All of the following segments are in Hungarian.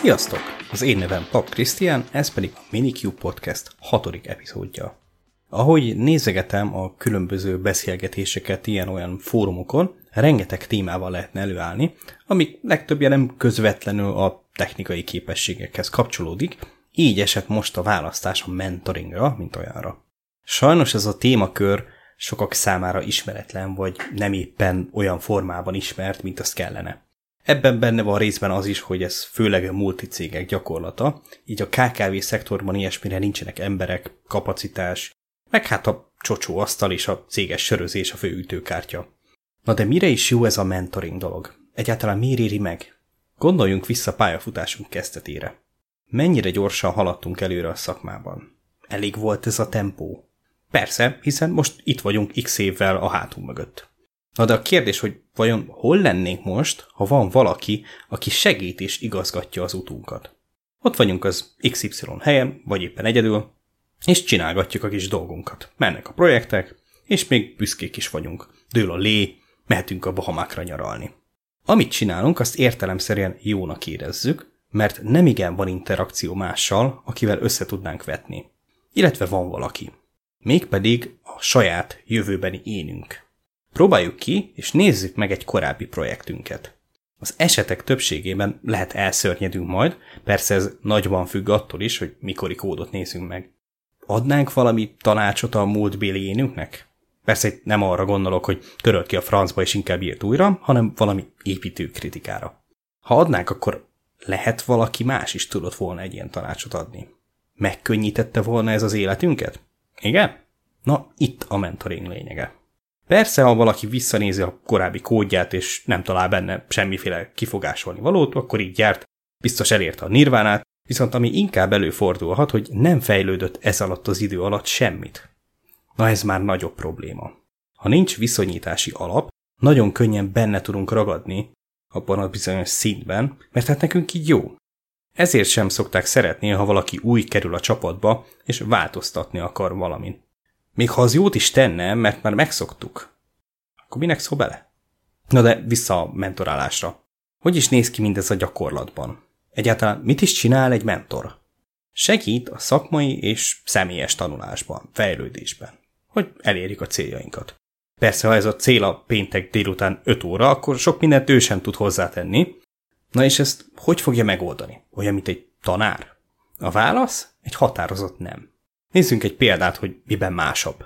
Sziasztok! Az én nevem Pap Krisztián, ez pedig a Minikube Podcast 6. epizódja. Ahogy nézegetem a különböző beszélgetéseket ilyen-olyan fórumokon, rengeteg témával lehetne előállni, amik legtöbbje nem közvetlenül a technikai képességekhez kapcsolódik, így esett most a választás a mentoringra, mint olyanra. Sajnos ez a témakör sokak számára ismeretlen, vagy nem éppen olyan formában ismert, mint azt kellene. Ebben benne van részben az is, hogy ez főleg a multicégek gyakorlata, így a KKV szektorban ilyesmire nincsenek emberek, kapacitás, meg hát a csocsóasztal és a céges sörözés a fő ütőkártya. Na de mire is jó ez a mentoring dolog? Egyáltalán miért éri meg? Gondoljunk vissza pályafutásunk kezdetére. Mennyire gyorsan haladtunk előre a szakmában? Elég volt ez a tempó? Persze, hiszen most itt vagyunk x évvel a hátunk mögött. Na de a kérdés, hogy vajon hol lennénk most, ha van valaki, aki segít és igazgatja az utunkat? Ott vagyunk az XY helyen, vagy éppen egyedül, és csinálgatjuk a kis dolgunkat. Mennek a projektek, és még büszkék is vagyunk. Dől a lé, mehetünk a Bahamákra nyaralni. Amit csinálunk, azt értelemszerűen jónak érezzük, mert nemigen van interakció mással, akivel össze tudnánk vetni. Illetve van valaki. Mégpedig a saját jövőbeni énünk. Próbáljuk ki, és nézzük meg egy korábbi projektünket. Az esetek többségében lehet elszörnyedünk majd, persze ez nagyban függ attól is, hogy mikori kódot nézünk meg. Adnánk valami tanácsot a múltbéli énünknek? Persze itt nem arra gondolok, hogy törölt ki a francba és inkább írt újra, hanem valami építő kritikára. Ha adnánk, akkor lehet valaki más is tudott volna egy ilyen tanácsot adni. Megkönnyítette volna ez az életünket? Igen? Na, itt a mentoring lényege. Persze, ha valaki visszanézi a korábbi kódját, és nem talál benne semmiféle kifogásolni valót, akkor így járt, biztos elérte a nirvánát, viszont ami inkább előfordulhat, hogy nem fejlődött ez alatt az idő alatt semmit. Na ez már nagyobb probléma. Ha nincs viszonyítási alap, nagyon könnyen benne tudunk ragadni abban a bizonyos szintben, mert hát nekünk így jó. Ezért sem szokták szeretni, ha valaki új kerül a csapatba, és változtatni akar valamin. Még ha az jót is tenne, mert már megszoktuk, akkor minek szól bele? Na de vissza a mentorálásra. Hogy is néz ki mindez a gyakorlatban? Egyáltalán mit is csinál egy mentor? Segít a szakmai és személyes tanulásban, fejlődésben, hogy elérjük a céljainkat. Persze, ha ez a cél a péntek délután 5 óra, akkor sok mindent ő sem tud hozzátenni. Na és ezt hogy fogja megoldani? Olyan, mint egy tanár? A válasz? Egy határozott nem. Nézzünk egy példát, hogy miben másabb.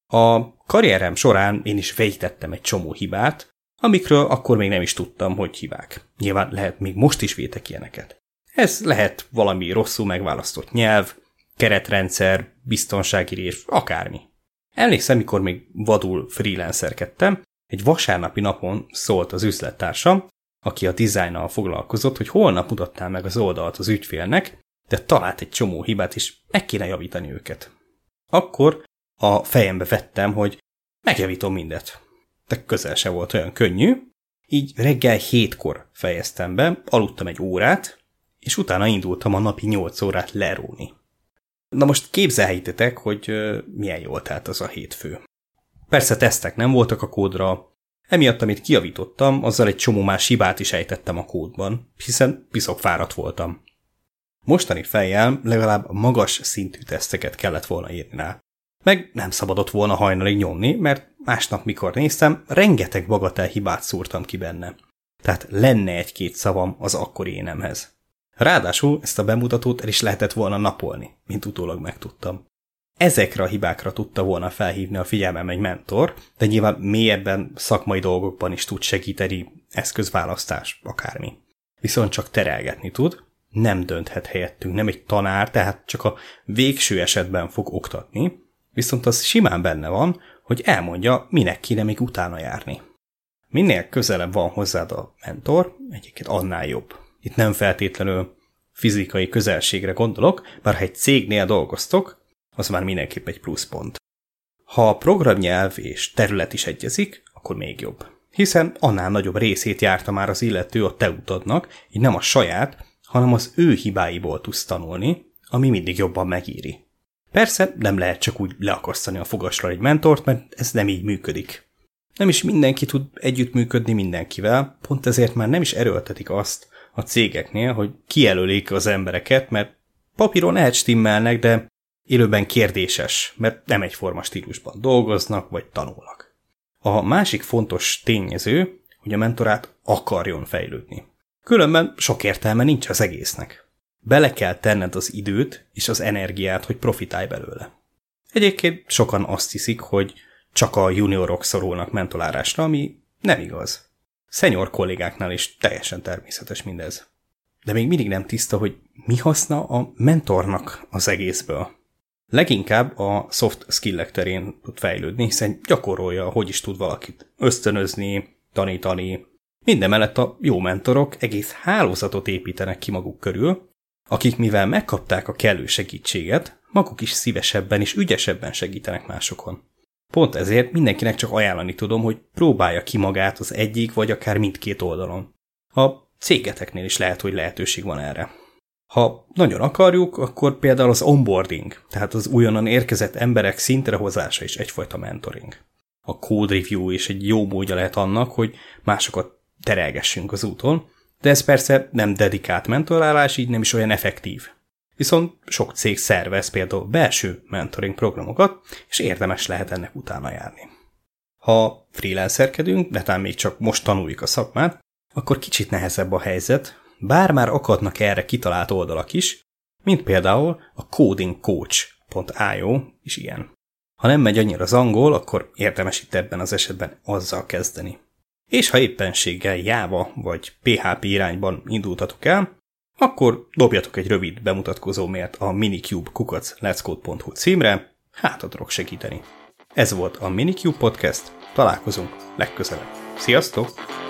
A karrierem során én is végtettem egy csomó hibát, amikről akkor még nem is tudtam, hogy hibák. Nyilván lehet még most is vétek ilyeneket. Ez lehet valami rosszul megválasztott nyelv, keretrendszer, biztonsági rés, akármi. Emlékszem, mikor még vadul freelancerkedtem, egy vasárnapi napon szólt az üzlettársam, aki a dizájnnal foglalkozott, hogy holnap mutatnám meg az oldalt az ügyfélnek, de talált egy csomó hibát, és meg kéne javítani őket. Akkor a fejembe vettem, hogy megjavítom mindet. De közel se volt olyan könnyű, így reggel 7-kor fejeztem be, aludtam egy órát, és utána indultam a napi 8 órát leróni. Na most képzeljétek, hogy milyen jól telt az a hétfő. Persze tesztek nem voltak a kódra, emiatt, amit kijavítottam, azzal egy csomó más hibát is ejtettem a kódban, hiszen piszok fáradt voltam. Mostani fejjel legalább magas szintű teszteket kellett volna írni rá. Meg nem szabadott volna hajnalig nyomni, mert másnap, mikor néztem, rengeteg bagatel hibát szúrtam ki benne. Tehát lenne egy-két szavam az akkori énemhez. Ráadásul ezt a bemutatót el is lehetett volna napolni, mint utólag megtudtam. Ezekre a hibákra tudta volna felhívni a figyelmem egy mentor, de nyilván mélyebben szakmai dolgokban is tud segíteni, eszközválasztás, akármi. Viszont csak terelgetni tud, nem dönthet helyettünk, nem egy tanár, tehát csak a végső esetben fog oktatni, viszont az simán benne van, hogy elmondja, minek kéne még utána járni. Minél közelebb van hozzád a mentor, egyébként annál jobb. Itt nem feltétlenül fizikai közelségre gondolok, bár ha egy cégnél dolgoztok, az már mindenképp egy pluszpont. Ha a programnyelv és terület is egyezik, akkor még jobb. Hiszen annál nagyobb részét járta már az illető a te utadnak, így nem a saját, hanem az ő hibáiból tudsz tanulni, ami mindig jobban megéri. Persze nem lehet csak úgy leakasztani a fogasra egy mentort, mert ez nem így működik. Nem is mindenki tud együttműködni mindenkivel, pont ezért már nem is erőltetik azt, a cégeknél, hogy kijelölik az embereket, mert papíron elstimmelnek, de élőben kérdéses, mert nem egyforma stílusban dolgoznak vagy tanulnak. A másik fontos tényező, hogy a mentorát akarjon fejlődni. Különben sok értelme nincs az egésznek. Bele kell tenned az időt és az energiát, hogy profitálj belőle. Egyébként sokan azt hiszik, hogy csak a juniorok szorulnak mentorálásra, ami nem igaz. Senior kollégáknál is teljesen természetes mindez. De még mindig nem tiszta, hogy mi haszna a mentornak az egészből. Leginkább a soft skill-ek terén tud fejlődni, hiszen gyakorolja, hogy is tud valakit ösztönözni, tanítani. Mindemellett a jó mentorok egész hálózatot építenek ki maguk körül, akik mivel megkapták a kellő segítséget, maguk is szívesebben és ügyesebben segítenek másokon. Pont ezért mindenkinek csak ajánlani tudom, hogy próbálja ki magát az egyik vagy akár mindkét oldalon. A cégeteknél is lehet, hogy lehetőség van erre. Ha nagyon akarjuk, akkor például az onboarding, tehát az újonnan érkezett emberek szintre hozása is egyfajta mentoring. A code review is egy jó módja lehet annak, hogy másokat terelgessünk az úton, de ez persze nem dedikált mentorálás, így nem is olyan effektív. Viszont sok cég szervez például belső mentoring programokat, és érdemes lehet ennek utána járni. Ha freelancerkedünk, de talán még csak most tanuljuk a szakmát, akkor kicsit nehezebb a helyzet, bár már akadnak erre kitalált oldalak is, mint például a codingcoach.io is ilyen. Ha nem megy annyira az angol, akkor érdemes itt ebben az esetben azzal kezdeni. És ha éppenséggel Java vagy PHP irányban indultatok el, akkor dobjatok egy rövid bemutatkozó mailt a minicube@letscode.hu címre, hát tudok segíteni. Ez volt a Minicube Podcast, találkozunk legközelebb. Sziasztok!